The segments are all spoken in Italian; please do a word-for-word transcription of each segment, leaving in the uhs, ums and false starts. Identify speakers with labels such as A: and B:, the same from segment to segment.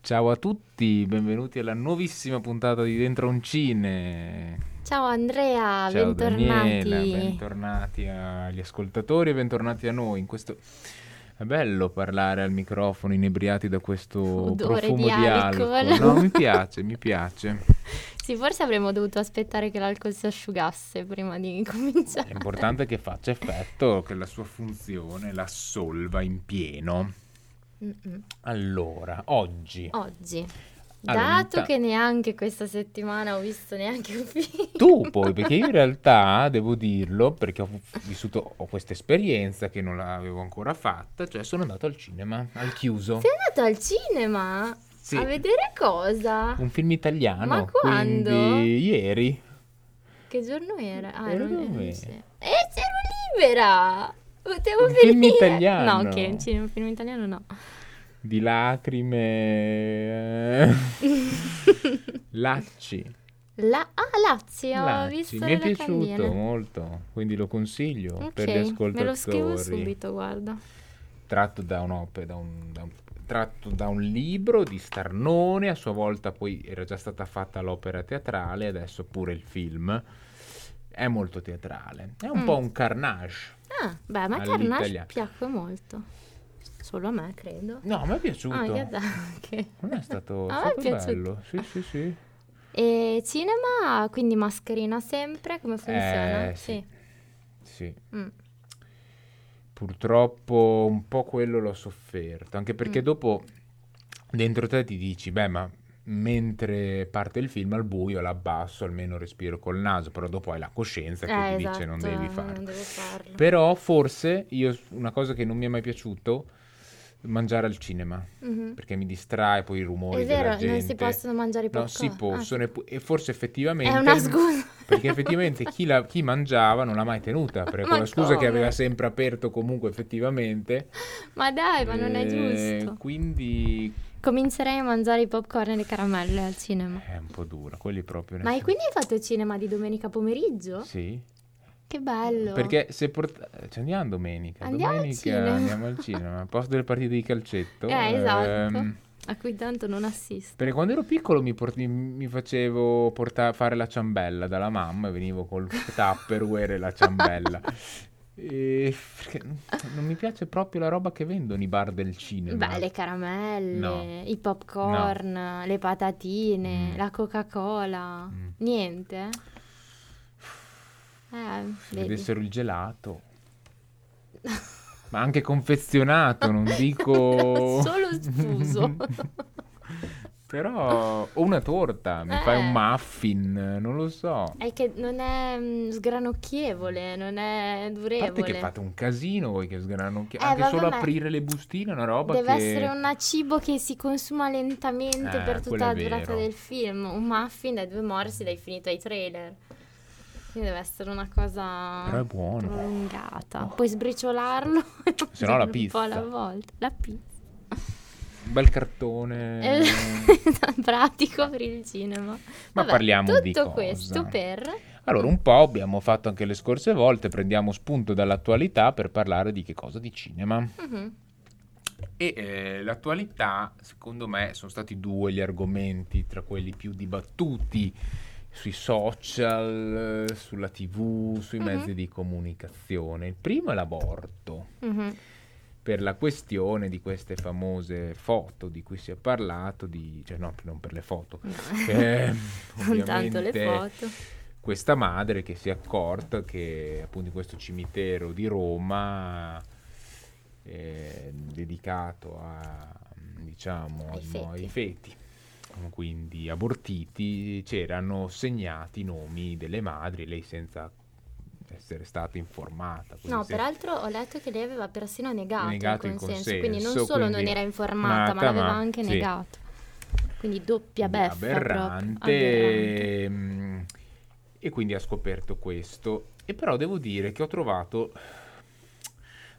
A: Ciao a tutti, benvenuti alla nuovissima puntata di Dentro un Cine.
B: Ciao Andrea,
A: Ciao
B: bentornati.
A: Daniela, bentornati agli ascoltatori e bentornati a noi. In questo è bello parlare al microfono inebriati da questo
B: Odore
A: profumo
B: di
A: di alcol.
B: alcol.
A: No, mi piace, mi piace.
B: Sì, forse avremmo dovuto aspettare che l'alcol si asciugasse prima di cominciare.
A: È importante che faccia effetto, che la sua funzione l'assolva in pieno.
B: Mm-mm.
A: Allora, oggi...
B: Oggi,
A: Allora,
B: dato
A: inta-
B: che neanche questa settimana ho visto neanche un film.
A: Tu poi, perché io in realtà devo dirlo, perché ho vissuto ho questa esperienza che non l'avevo ancora fatta, cioè sono andato al cinema, al chiuso.
B: Sei andato al cinema?
A: Sì.
B: A vedere cosa?
A: Un film italiano,
B: Ma quando?
A: quindi ieri.
B: Che giorno era? Ah,
A: Era
B: non,
A: dove?
B: non so. Eh, ero libera! Potevo
A: Un film
B: venire.
A: italiano.
B: No, ok, un, cinema, un film italiano no.
A: Di lacrime, eh, Lacci.
B: La... Ah, Lazio, ho
A: Lacci,
B: visto
A: mi è
B: le
A: piaciuto
B: locandine.
A: molto, quindi lo consiglio
B: Ok,
A: per gli ascoltatori.
B: me lo scrivo subito, guarda.
A: Tratto da un'opera, da un, da un- tratto da un libro di Starnone, a sua volta poi era già stata fatta l'opera teatrale, adesso pure il film. È molto teatrale, è un
B: Mm.
A: po' un carnage.
B: Ah, beh, a me Carnage
A: All'italiana.
B: piacque molto. Solo a me, credo.
A: No, mi è piaciuto.
B: Ah, che da... che-
A: Non è stato, è
B: A me è
A: stato
B: piaciuto.
A: bello. Sì, sì, sì.
B: E cinema, quindi mascherina sempre, come funziona?
A: Eh, sì. Sì.
B: Mm.
A: Purtroppo un po' quello l'ho sofferto, anche perché
B: Mm.
A: dopo dentro te ti dici, beh, ma mentre parte il film al buio l'abbasso, almeno respiro col naso, però dopo hai la coscienza che
B: Eh,
A: ti
B: esatto,
A: dice non devi farlo.
B: non devo farlo.
A: Però forse io una cosa che non mi è mai piaciuto mangiare al cinema,
B: Mhm.
A: perché mi distrae poi i rumori
B: È
A: della
B: vero,
A: gente.
B: non si possono mangiare i
A: No,
B: popcorn.
A: si possono
B: Ah,
A: e pu- e forse effettivamente
B: è una scusa.
A: perché effettivamente chi, la- chi mangiava non l'ha mai tenuta, perché
B: Ma
A: con la scusa che
B: come?
A: aveva sempre aperto comunque effettivamente.
B: Ma dai, ma non è
A: Eh,
B: giusto.
A: Quindi
B: Comincerei a mangiare i popcorn e le caramelle al cinema.
A: è un po' dura, quelli proprio.
B: Ma e
A: nel
B: quindi hai fatto il cinema di domenica pomeriggio?
A: senso- Sì.
B: Che bello.
A: Perché se porta... ci andiamo domenica.
B: Andiamo al
A: domenica
B: cinema.
A: andiamo al cinema. Al posto delle partite di calcetto.
B: Eh, esatto.
A: ehm,
B: A cui tanto non assisto.
A: Perché quando ero piccolo mi, port- mi facevo portare fare la ciambella dalla mamma e venivo col Tupperware e la ciambella. E perché non mi piace proprio la roba che vendono i bar del cinema.
B: Beh, le caramelle,
A: No.
B: i popcorn, le patatine,
A: Mm.
B: la Coca-Cola.
A: Mm.
B: Niente? Eh,
A: Deve
B: vedi.
A: essere il gelato. Ma anche confezionato, non dico...
B: Solo sfuso.
A: Però... O una torta, mi fai un
B: Eh.
A: muffin, non lo so.
B: È che non è mm, sgranocchievole, non è
A: A
B: durevole.
A: parte che fate un casino voi che sgranano.
B: Eh,
A: Anche
B: vabbè,
A: solo
B: ma
A: aprire le bustine è una roba
B: deve
A: che...
B: essere un cibo che si consuma lentamente
A: Eh,
B: per
A: quello
B: tutta la
A: è
B: durata
A: vero.
B: del film. Un muffin dai due morsi l'hai finito ai trailer. Quindi deve essere una cosa
A: Però è buono.
B: prolungata. Puoi sbriciolarlo e
A: Se no la
B: mangiarlo un po' alla
A: pizza.
B: volta. La pizza.
A: Un bel cartone.
B: È pratico per il cinema.
A: Ma
B: Vabbè,
A: parliamo
B: tutto
A: di cosa?
B: questo per...
A: Allora, un po' abbiamo fatto anche le scorse volte, prendiamo spunto dall'attualità per parlare di che cosa? Di cinema.
B: Mhm.
A: E eh, l'attualità, secondo me, sono stati due gli argomenti tra quelli più dibattuti sui social, eh, sulla tivù, sui
B: Mhm.
A: mezzi di comunicazione. Il primo è l'aborto,
B: Mhm.
A: per la questione di queste famose foto di cui si è parlato, di, cioè no, non per le foto,
B: No.
A: eh,
B: Non tanto le
A: ovviamente
B: foto.
A: questa madre che si è accorta che appunto in questo cimitero di Roma eh, dedicato a, diciamo,
B: Ai
A: ai mo- ai
B: feti.
A: feti, quindi abortiti, c'erano segnati i nomi delle madri, lei senza essere stata informata. quindi
B: No,
A: senza-
B: peraltro ho letto che lei aveva persino negato,
A: Negato
B: il
A: il
B: consenso, quindi non
A: consenso,
B: solo
A: quindi
B: non era informata, ma
A: nata,
B: l'aveva
A: ma-
B: anche
A: sì.
B: negato. Quindi doppia
A: Quindi
B: beffa
A: aberrante,
B: proprio. Aberrante.
A: mm, e quindi ha scoperto questo. E però devo dire che ho trovato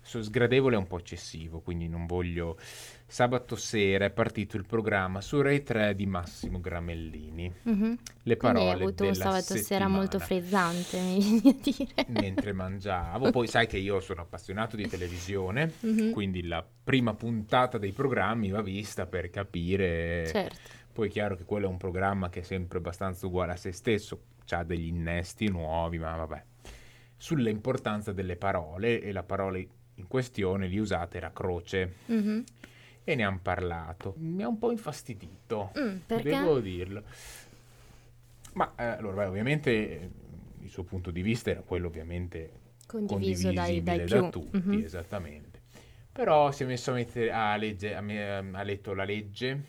A: so, sgradevole è un po' eccessivo, quindi non voglio. Sabato sera è partito il programma su Rai tre di Massimo Gramellini.
B: Mm-hmm.
A: Le
B: Quindi hai
A: parole
B: avuto un
A: della
B: sabato
A: settimana.
B: sera molto frizzante, mi viene a dire.
A: Mentre mangiavo, poi sai che io sono appassionato di televisione,
B: mm-hmm.
A: quindi la prima puntata dei programmi va vista per capire.
B: Certo.
A: Poi è chiaro che quello è un programma che è sempre abbastanza uguale a se stesso, ha degli innesti nuovi, ma vabbè. Sull'importanza delle parole, e la parola in questione lì usata era croce.
B: Mm-hmm.
A: E ne hanno parlato. Mi ha un po' infastidito,
B: mm, perché?
A: devo dirlo. Ma eh, allora, beh, ovviamente eh, il suo punto di vista era quello ovviamente
B: condiviso dai, dai
A: da
B: più.
A: tutti,
B: Mm-hmm.
A: esattamente. Però si è messo a mettere a legge, a me, ha letto la legge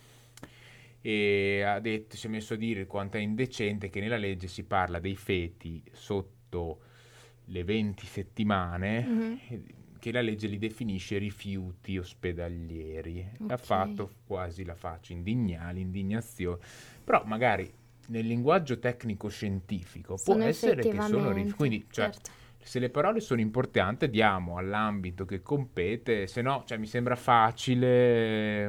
A: e ha detto, si è messo a dire quanto è indecente che nella legge si parla dei feti sotto le venti settimane.
B: Mm-hmm.
A: e, che la legge li definisce rifiuti ospedalieri.
B: Okay.
A: Ha fatto quasi la faccia indigna, l'indignazione. Però magari nel linguaggio tecnico-scientifico può
B: Sono
A: essere che sono
B: effettivamente,
A: rifiuti. Quindi, cioè,
B: certo.
A: se le parole sono importanti, diamo all'ambito che compete, se no, cioè, mi sembra facile,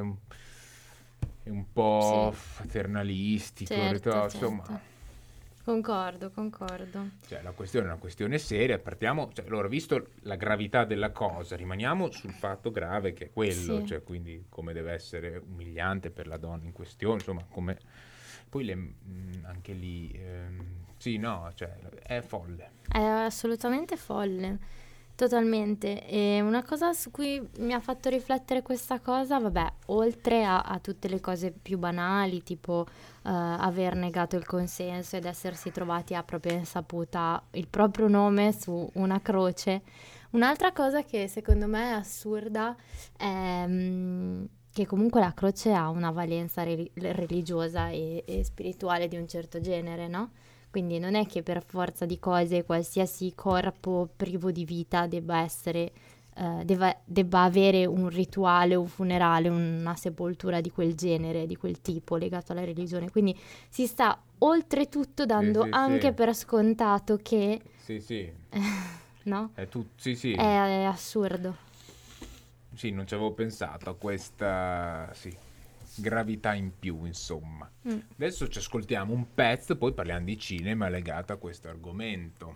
A: è un po'
B: Sì.
A: paternalistico,
B: Certo,
A: detto,
B: certo.
A: insomma.
B: Concordo, concordo.
A: Cioè, la questione è una questione seria, partiamo, cioè, allora, visto la gravità della cosa, rimaniamo sul fatto grave che è quello,
B: Sì.
A: cioè, quindi come deve essere umiliante per la donna in questione, insomma, come. Poi le, mh, anche lì, ehm, sì, no, cioè, è folle.
B: È assolutamente folle, totalmente. E una cosa su cui mi ha fatto riflettere questa cosa, vabbè, oltre a, a tutte le cose più banali, tipo uh, aver negato il consenso ed essersi trovati a propria insaputa il proprio nome su una croce, un'altra cosa che secondo me è assurda è mh, che comunque la croce ha una valenza re- religiosa e, e spirituale di un certo genere, no? Quindi non è che per forza di cose qualsiasi corpo privo di vita debba essere, eh, debba, debba avere un rituale, un funerale, una sepoltura di quel genere, di quel tipo legato alla religione. Quindi si sta oltretutto dando
A: sì,
B: anche
A: sì.
B: per scontato che...
A: Sì, sì.
B: no?
A: È tu- sì, sì.
B: È, è assurdo.
A: Sì, non ci avevo pensato a questa, sì, gravità in più, insomma.
B: Mm.
A: Adesso ci ascoltiamo un pezzo, poi parliamo di cinema legato a questo argomento.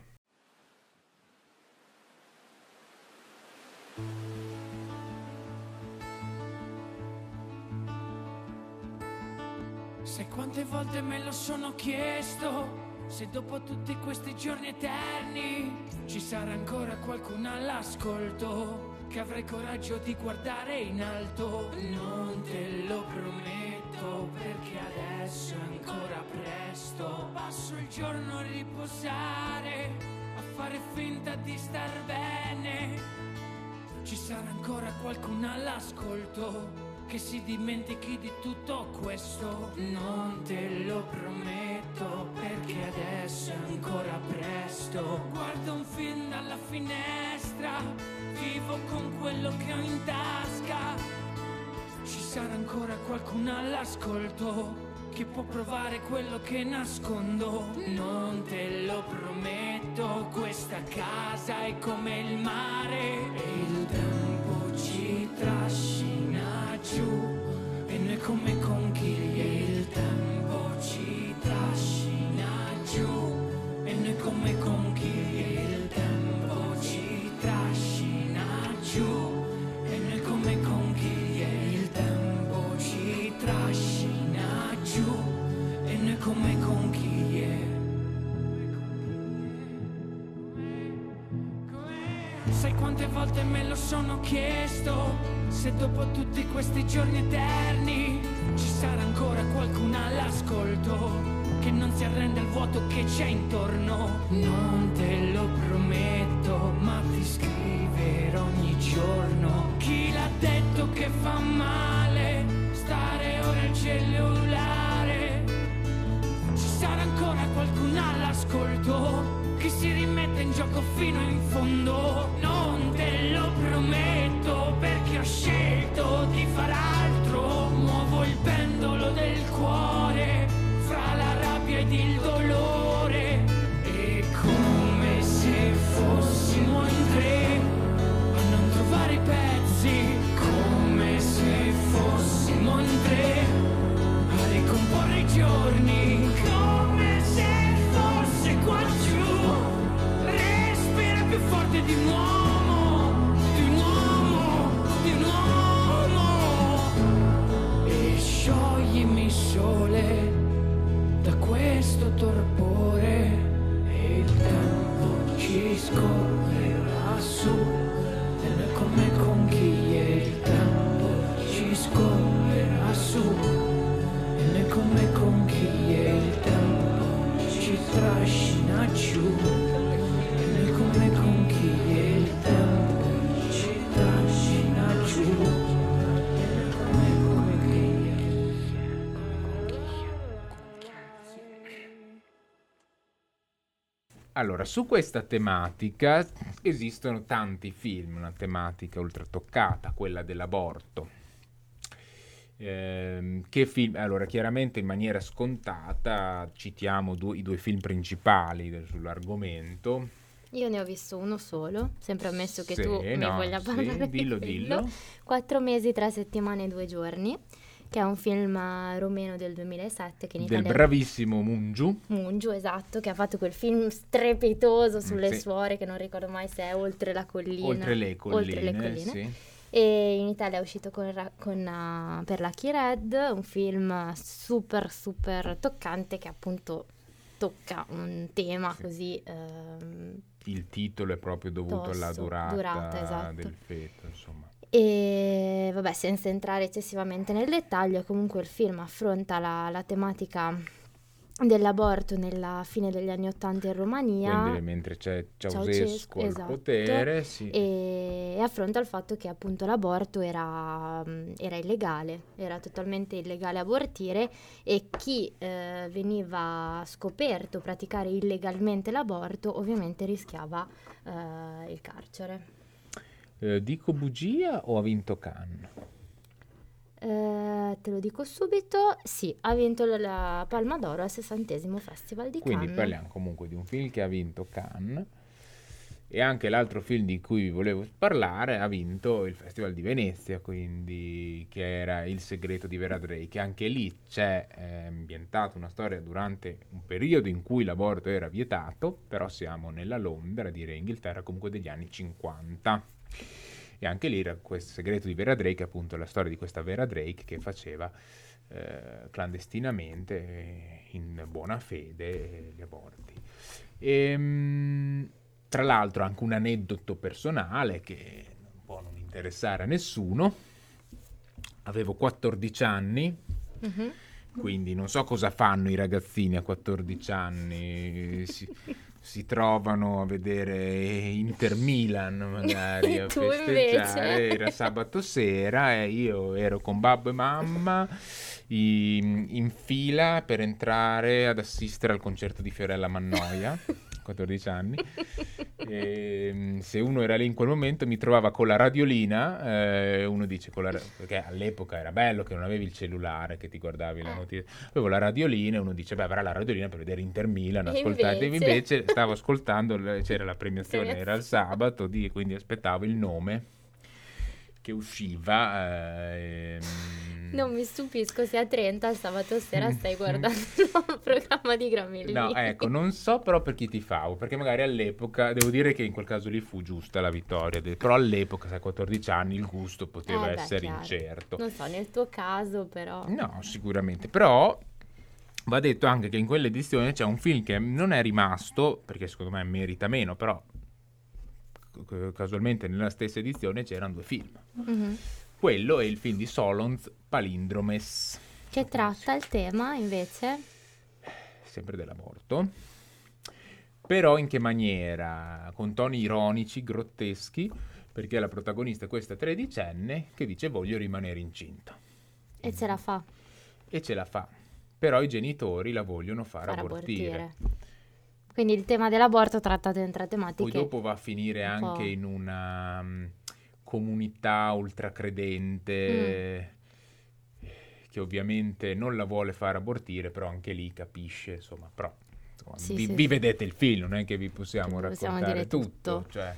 C: Sai quante volte me lo sono chiesto, se dopo tutti questi giorni eterni ci sarà ancora qualcuno all'ascolto che avrà il coraggio di guardare in alto. Non te lo prometto perché adesso è ancora presto. Passo il giorno a riposare, a fare finta di star bene. Ci sarà ancora qualcuno all'ascolto che si dimentichi di tutto questo. Non te lo prometto perché adesso è ancora presto. Guardo un film dalla finestra, vivo con quello che ho in tasca. Ci sarà ancora qualcuno all'ascolto che può provare quello che nascondo. Non te lo prometto, questa casa è come il mare e il tempo ci trascina giù e noi come conchiglie. Il tempo ci trascina giù e noi come conchiglie. Il tempo ci trascina giù e noi come conchiglie. Il tempo ci trascina giù e noi come conchiglie. Sai quante volte me lo sono chiesto, se dopo tutti questi giorni eterni ci sarà ancora qualcuno all'ascolto che non si arrende al vuoto che c'è intorno. Non te lo prometto, ma ti scriverò ogni giorno. Chi l'ha detto che fa male stare ora al cellulare? Ci sarà ancora qualcuno all'ascolto che si rimette in gioco fino in fondo. Non te lo prometto perché ho scelto di far altro. Muovo il pendolo del cuore fra la rabbia ed il dolore. E come se fossimo in tre a non trovare scorre lassù, e noi come conchiglie il tempo ci scorre lassù, e noi come conchiglie il tempo ci trascina giù, e noi come conchiglie il tempo ci trascina giù.
A: Allora, su questa tematica esistono tanti film, una tematica ultratoccata, quella dell'aborto. Ehm, che film? Allora, chiaramente in maniera scontata citiamo due, i due film principali del- sull'argomento.
B: Io ne ho visto uno solo, sempre ammesso che
A: Sì,
B: tu mi
A: no,
B: voglia
A: sì,
B: parlare
A: dillo,
B: di
A: dillo.
B: quello. Quattro mesi, tre settimane e due giorni, che è un film eh, romeno del duemilasette che in
A: Del
B: Italia...
A: bravissimo Mungiu.
B: Mungiu, esatto, che ha fatto quel film strepitoso sulle
A: sì.
B: suore, che non ricordo mai se è Oltre la collina.
A: Oltre le colline,
B: Oltre le colline.
A: sì.
B: E in Italia è uscito con, ra- con, uh, per Lucky Red, un film super super toccante che appunto tocca un tema
A: Sì.
B: così ehm,
A: Il titolo è proprio dovuto alla
B: tosto,
A: durata,
B: durata, esatto.
A: del feto, insomma.
B: E vabbè, senza entrare eccessivamente nel dettaglio, comunque il film affronta la, la tematica dell'aborto nella fine degli anni Ottanta in Romania.
A: Quindi mentre c'è Ceausescu
B: Ceausescu,
A: al
B: esatto.
A: potere, sì.
B: E, e affronta il fatto che appunto l'aborto era, mh, era illegale, era totalmente illegale abortire, e chi eh, veniva scoperto praticare illegalmente l'aborto ovviamente rischiava eh, il carcere.
A: Eh, dico bugia o ha vinto Cannes?
B: Eh, te lo dico subito, sì, ha vinto la- la Palma d'Oro al sessantesimo Festival di
A: Quindi
B: Cannes.
A: parliamo comunque di un film che ha vinto Cannes, e anche l'altro film di cui vi volevo parlare ha vinto il Festival di Venezia, quindi che era Il segreto di Vera Drake. Anche lì c'è eh, ambientata una storia durante un periodo in cui l'aborto era vietato, però siamo nella Londra, direi Inghilterra, comunque degli anni cinquanta. E anche lì era questo segreto di Vera Drake, appunto la storia di questa Vera Drake che faceva eh, clandestinamente, eh, in buona fede, eh, gli aborti. E, tra l'altro anche un aneddoto personale che può non interessare a nessuno. Avevo quattordici anni,
B: Mhm.
A: quindi non so cosa fanno i ragazzini a quattordici anni, si, si trovano a vedere Inter Milan magari a
B: Tu
A: festeggiare.
B: invece?
A: Era sabato sera e io ero con babbo e mamma in, in fila per entrare ad assistere al concerto di Fiorella Mannoia, quattordici anni. E, se uno era lì in quel momento mi trovava con la radiolina, eh, uno dice con la, perché all'epoca era bello che non avevi il cellulare che ti guardavi la notizia, avevo la radiolina e uno dice beh avrà la radiolina per vedere Inter Milan,
B: E
A: ascoltate,
B: invece?
A: invece stavo ascoltando, c'era la premiazione,
B: Premiazione.
A: era il sabato, di- quindi aspettavo il nome che usciva. eh, ehm,
B: Non mi stupisco se a Trento il sabato sera stai guardando un programma di Gramellini.
A: No, ecco, non so però per chi tifavo, perché magari all'epoca, devo dire che in quel caso lì fu giusta la vittoria, de- però all'epoca, sai, a quattordici anni, il gusto poteva
B: Eh beh,
A: essere
B: chiaro.
A: incerto.
B: Non so, nel tuo caso però...
A: No, sicuramente, però va detto anche che in quell'edizione c'è un film che non è rimasto, perché secondo me merita meno, però c- casualmente nella stessa edizione c'erano due film.
B: Mhm.
A: Quello è il film di Solondz, Palindromes,
B: Che tratta il tema invece?
A: sempre dell'aborto, però in che maniera? Con toni ironici, grotteschi, perché la protagonista è questa tredicenne che dice voglio rimanere incinta,
B: E ce la fa
A: e ce la fa, però i genitori la vogliono far,
B: far
A: abortire.
B: abortire. Quindi il tema dell'aborto trattato in tre
A: Poi
B: tematiche.
A: dopo va a finire
B: un po'.
A: anche in una mm, comunità ultracredente che ovviamente non la vuole far abortire, però anche lì capisce, insomma, però insomma,
B: Sì,
A: vi,
B: sì,
A: vi
B: sì.
A: vedete il film, non è che vi possiamo
B: Che possiamo
A: raccontare
B: dire
A: tutto,
B: tutto.
A: cioè,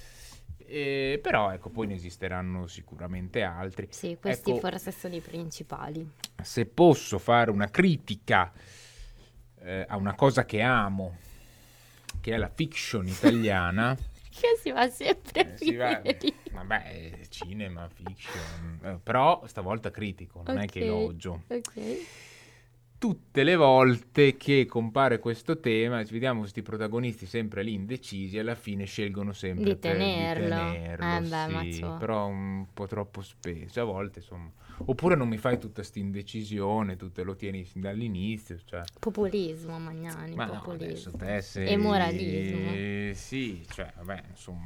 A: eh, però ecco, poi ne esisteranno sicuramente altri.
B: Sì, questi
A: Ecco,
B: forse sono i principali.
A: se posso fare una critica eh, a una cosa che amo, che è la fiction italiana,
B: Che si va sempre
A: eh, si va-
B: piedi.
A: vabbè, cinema, fiction, eh, però stavolta critico, non è che
B: Ok,
A: elogio.
B: Ok.
A: tutte le volte che compare questo tema, vediamo questi protagonisti sempre lì indecisi, alla fine scelgono sempre
B: Di
A: per-
B: tenerlo.
A: di tenerlo,
B: Eh beh, ma
A: sì,
B: so.
A: però un po' troppo spesso, a volte insomma. Oppure non mi fai tutta questa indecisione, tu te lo tieni sin dall'inizio, cioè.
B: Populismo, Magnani,
A: Ma no, adesso
B: populismo.
A: te sei...
B: E moralismo.
A: Eh, sì, cioè, vabbè, insomma,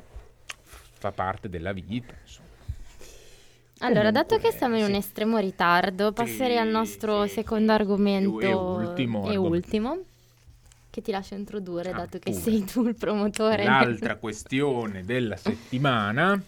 A: fa parte della vita, insomma.
B: Allora, dato
A: Comunque,
B: che siamo in
A: sì.
B: un estremo ritardo, passerei al nostro
A: sì,
B: secondo
A: sì.
B: argomento
A: E ultimo
B: e
A: argomento.
B: ultimo, che ti lascio introdurre,
A: Ah,
B: dato che
A: pure.
B: sei tu il promotore.
A: L'altra questione della settimana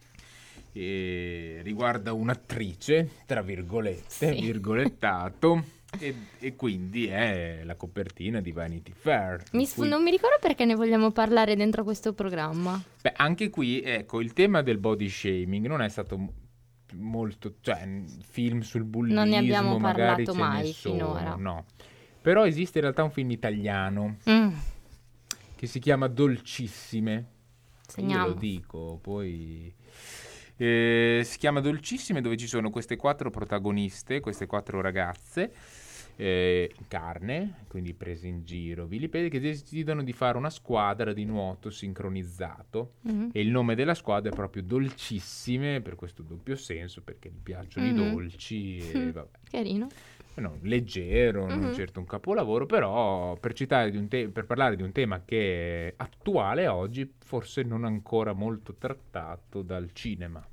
A: eh, riguarda un'attrice, tra virgolette,
B: Sì.
A: virgolettato, e, e quindi è la copertina di Vanity Fair.
B: Mi
A: in
B: sf-
A: cui-
B: Non mi ricordo perché ne vogliamo parlare dentro questo programma.
A: Beh, anche qui, ecco, il tema del body shaming non è stato m- molto, cioè, n- film sul bullismo,
B: Non ne abbiamo
A: magari
B: parlato
A: ce ne
B: mai
A: sono,
B: finora.
A: no. Però esiste in realtà un film italiano
B: Mm,
A: che si chiama Dolcissime. Io
B: segniamo.
A: lo dico, poi eh, si chiama Dolcissime, dove ci sono queste quattro protagoniste, queste quattro ragazze eh, in carne, quindi prese in giro, vilipede, che decidono di fare una squadra di nuoto sincronizzato.
B: Mhm.
A: E il nome della squadra è proprio Dolcissime, per questo doppio senso, perché gli piacciono
B: Mhm.
A: i dolci e vabbè.
B: Carino.
A: No, leggero, non
B: Mhm.
A: certo un capolavoro, però per, citare di un te- per parlare di un tema che è attuale oggi, forse non ancora molto trattato dal cinema.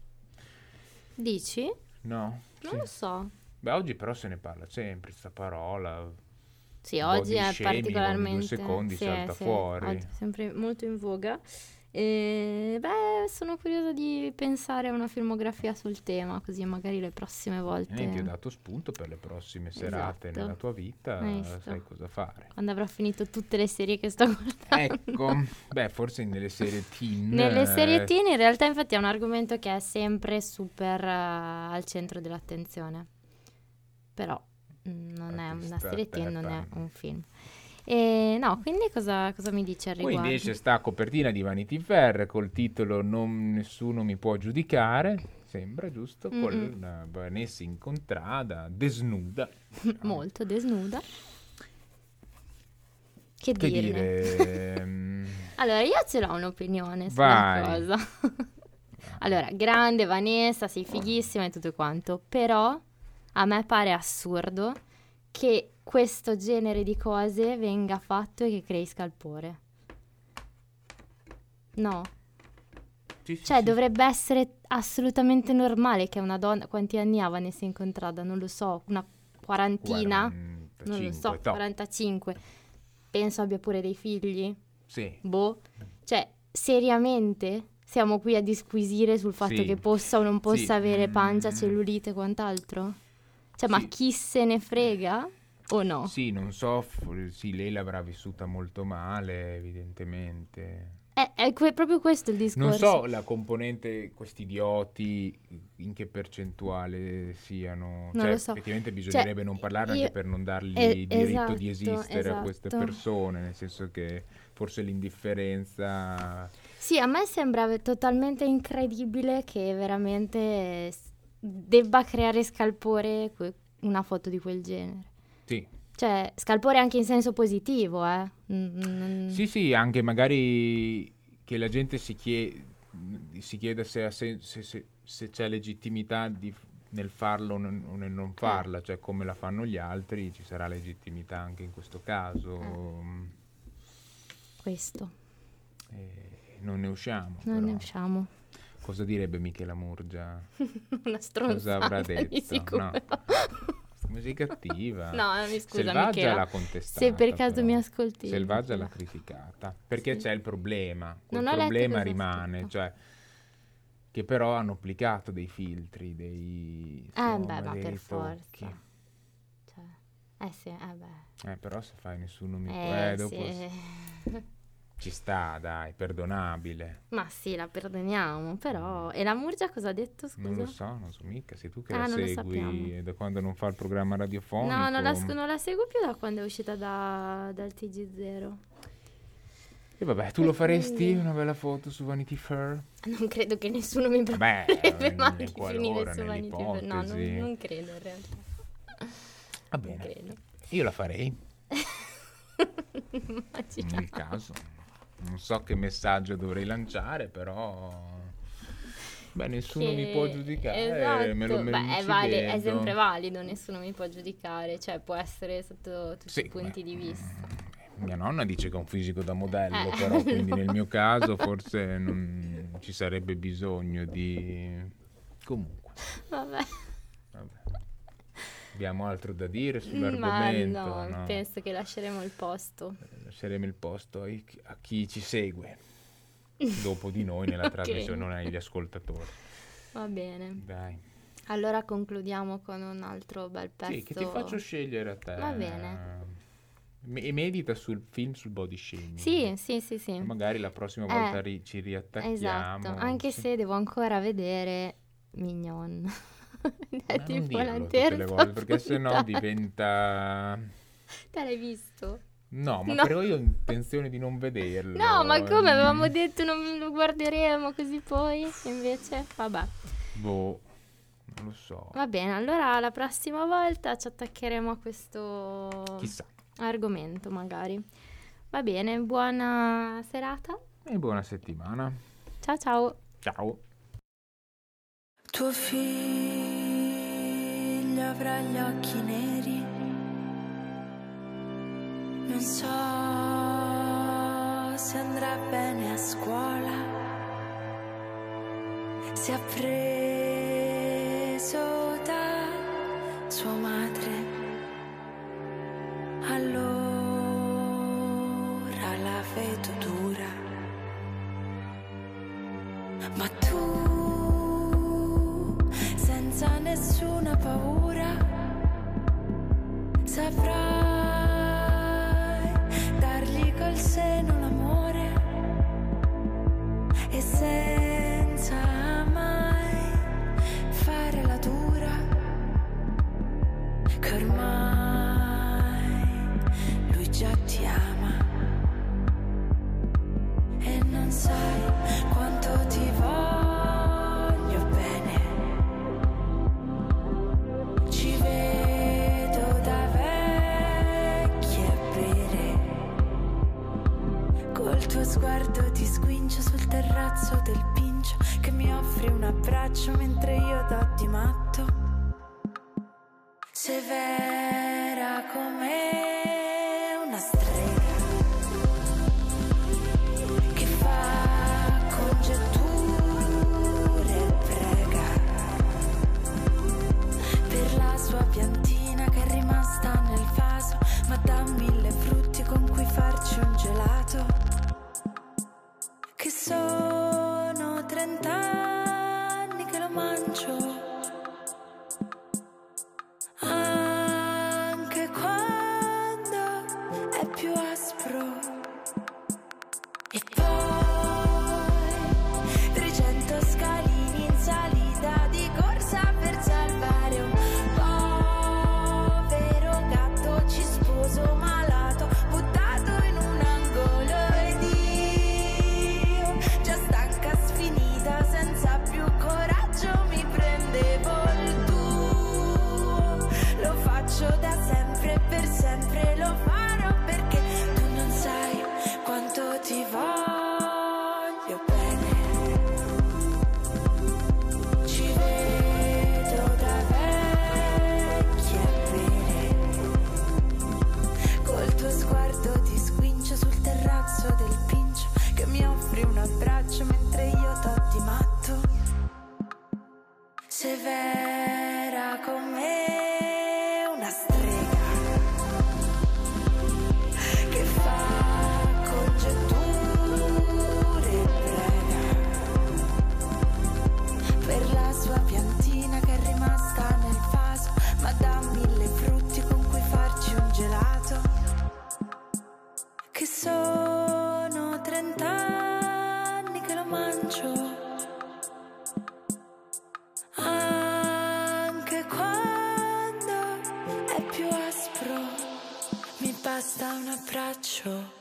B: Dici?
A: No?
B: Non
A: Sì.
B: lo so.
A: Beh, oggi però se ne parla sempre, sta parola.
B: Sì,
A: Body
B: oggi è
A: shaming, ogni
B: particolarmente...
A: due secondi
B: sì,
A: salta
B: sì,
A: fuori.
B: oggi è sempre molto in voga. E, beh, sono curiosa di pensare a una filmografia sul tema, così magari le prossime volte,
A: Eh, ti ho dato spunto per le prossime serate
B: Esatto.
A: nella tua vita,
B: Hai visto?
A: sai cosa fare.
B: quando avrò finito tutte le serie che sto guardando.
A: Ecco, beh, forse nelle serie teen.
B: Nelle serie
A: eh,
B: teen in realtà infatti è un argomento che è sempre super eh, al centro dell'attenzione. Però mm, non è
A: Infatti
B: una
A: sta
B: serie
A: a te,
B: teen, non è
A: parla.
B: un film. E no, quindi cosa, cosa mi dici al
A: Poi
B: riguardo?
A: invece sta a copertina di Vanity Fair col titolo Non nessuno mi può giudicare, sembra giusto,
B: Mm-mm.
A: con una Vanessa in contrada, desnuda.
B: Molto desnuda. Che,
A: Che
B: dirne?
A: dire? ehm,
B: Allora, io ce l'ho un'opinione
A: Vai.
B: sulla cosa. Allora, grande Vanessa, sei fighissima e tutto quanto, però a me pare assurdo che questo genere di cose venga fatto e che crei scalpore. No?
A: sì, sì,
B: Cioè,
A: sì.
B: dovrebbe essere assolutamente normale che una donna... Quanti anni ha Vanessa Incontrada? Non lo so, una quarantina? Non lo so,
A: quarantacinque, top.
B: quarantacinque. Penso abbia pure dei figli.
A: Sì.
B: Boh. Cioè, seriamente siamo qui a disquisire sul fatto
A: Sì.
B: che possa o non possa
A: Sì.
B: avere pancia,
A: Mm.
B: cellulite e quant'altro? Cioè, ma
A: Sì.
B: chi se ne frega o no?
A: Sì, non so, f- sì, lei l'avrà vissuta molto male, evidentemente.
B: È, è que- proprio questo il discorso.
A: Non so la componente, questi idioti, in che percentuale siano.
B: Non
A: Cioè,
B: lo so.
A: effettivamente bisognerebbe
B: Cioè,
A: non parlarne
B: io-
A: anche per non dargli
B: Eh,
A: diritto
B: esatto,
A: di esistere a queste
B: esatto.
A: persone, nel senso che forse l'indifferenza.
B: Sì, a me sembra ve- totalmente incredibile che veramente s- debba creare scalpore que- una foto di quel genere.
A: Sì,
B: Cioè, scalpore anche in senso positivo, eh. Mm, mm,
A: sì, sì, anche magari che la gente si, chie- si chieda se, ha sen- se- se- se c'è legittimità di- nel farlo o non- o nel non farla, cioè come la fanno gli altri, ci sarà legittimità anche in questo caso.
B: Questo.
A: Eh, non ne usciamo.
B: Non ne
A: però.
B: usciamo.
A: Cosa direbbe Michela Murgia?
B: Una
A: Cosa
B: stronzata,
A: avrà
B: di
A: detto?
B: sicuro.
A: No. Come sei cattiva?
B: No, mi scusa,
A: Selvaggia
B: Michela.
A: l'ha contestata.
B: Se per caso
A: però.
B: mi ascolti,
A: Selvaggia
B: Michela.
A: l'ha criticata. Perché
B: Sì.
A: c'è il problema. Quel
B: Non ho letto
A: problema
B: cosa ha
A: rimane,
B: scritto.
A: cioè che però hanno applicato dei filtri, dei insomma,
B: beh, ma
A: dei
B: per
A: ritocchi.
B: forza. Cioè, eh sì, eh beh.
A: Eh, però se fai nessuno mi può.
B: Eh,
A: Eh, dopo
B: sì.
A: ci sta, dai, perdonabile.
B: Ma sì, la perdoniamo, però... E la Murgia cosa ha detto, scusa?
A: Non lo so, non so mica, sei tu che
B: Ah,
A: la
B: non lo
A: segui
B: sappiamo.
A: da quando non fa il programma radiofonico.
B: No, non la, non la seguo più da quando è uscita da, dal T G zero.
A: E vabbè, tu
B: E
A: lo faresti
B: quindi-
A: una bella foto su Vanity Fair?
B: Non credo che nessuno mi
A: Vabbè,
B: prenderebbe
A: in-
B: mai di
A: qualora,
B: finire su Vanity Fair. No, non,
A: nell'ipotesi.
B: non credo in realtà.
A: Va
B: non
A: bene,
B: credo.
A: io la farei,
B: Immagino.
A: nel caso. Non so che messaggio dovrei lanciare, però... Beh, nessuno
B: Che-
A: mi può giudicare,
B: esatto.
A: me lo me lo
B: Beh, è,
A: ci
B: vale- è
A: vedo.
B: sempre valido, nessuno mi può giudicare, cioè può essere sotto tutti
A: Sì,
B: i punti
A: beh,
B: di vista.
A: mm, Mia nonna dice che è un fisico da modello,
B: Eh,
A: però quindi
B: no.
A: nel mio caso forse non ci sarebbe bisogno di... Comunque,
B: Vabbè.
A: vabbè. Abbiamo altro da dire
B: Ma
A: sull'argomento?
B: no,
A: No?
B: penso che lasceremo il posto.
A: Lasceremo il posto ai- a chi ci segue dopo di noi nella
B: Ok.
A: trasmissione, non agli ascoltatori.
B: Va bene.
A: Dai.
B: Allora concludiamo con un altro bel pezzo.
A: Sì, che ti faccio scegliere a te.
B: Va bene.
A: Me- E medita sul film sul body shaming.
B: Sì, sì, sì, sì.
A: Magari la prossima
B: Eh,
A: volta ri- ci riattacchiamo.
B: Esatto, anche
A: Sì.
B: se devo ancora vedere Mignon. È
A: Ma non
B: tipo
A: dirlo
B: la
A: tutte
B: terza
A: le volte, perché sennò
B: puntata.
A: diventa...
B: Te l'hai visto?
A: No, ma
B: No.
A: però io ho intenzione di non vederlo.
B: No, ma come
A: Mm.
B: avevamo detto non lo guarderemo così poi, invece, vabbè.
A: Boh, non lo so.
B: Va bene, allora la prossima volta ci attaccheremo a questo
A: Chissà.
B: argomento magari. Va bene, buona serata.
A: E buona settimana.
B: Ciao ciao.
A: Ciao.
D: Tuo figlio avrà gli occhi neri, non so se andrà bene a scuola, si è preso da sua madre, allora la vedo dura, ma tu senza nessuna paura saprai dargli col seno l'amore e senza mai fare la dura, che ormai lui già ti ama e non sai quanto ti voglio bene. Ci vedo da vecchie a bere, col tuo sguardo ti squincio sul terrazzo del Pincio, che mi offri un abbraccio mentre io do di matto, severa come una strega che fa congetture e prega per la sua piantina che è rimasta nel vaso, ma dà mille frutti con cui farci un gelato, che sono trent'anni che lo mangio, anche quando è più aspro. E poi trecento scalini in salita di corsa per salvare un povero gatto cisposo malato buttato in un angolo, ed io già stanca sfinita senza più coraggio mi prendevo il tuo, lo faccio da sempre e per sempre lo farò, perché tu non sai quanto ti voglio bene. Ci vedo da vecchie a bere, col tuo sguardo ti squincio sul terrazzo del Pincio, che mi offri un abbraccio mentre io do di matto, severa come una strega che fa congetture e prega per la sua piantina che è rimasta nel vaso, ma dà mille frutti con cui farci un gelato, che sono trent'anni che lo mangio, anche quando è più aspro, mi basta un abbraccio.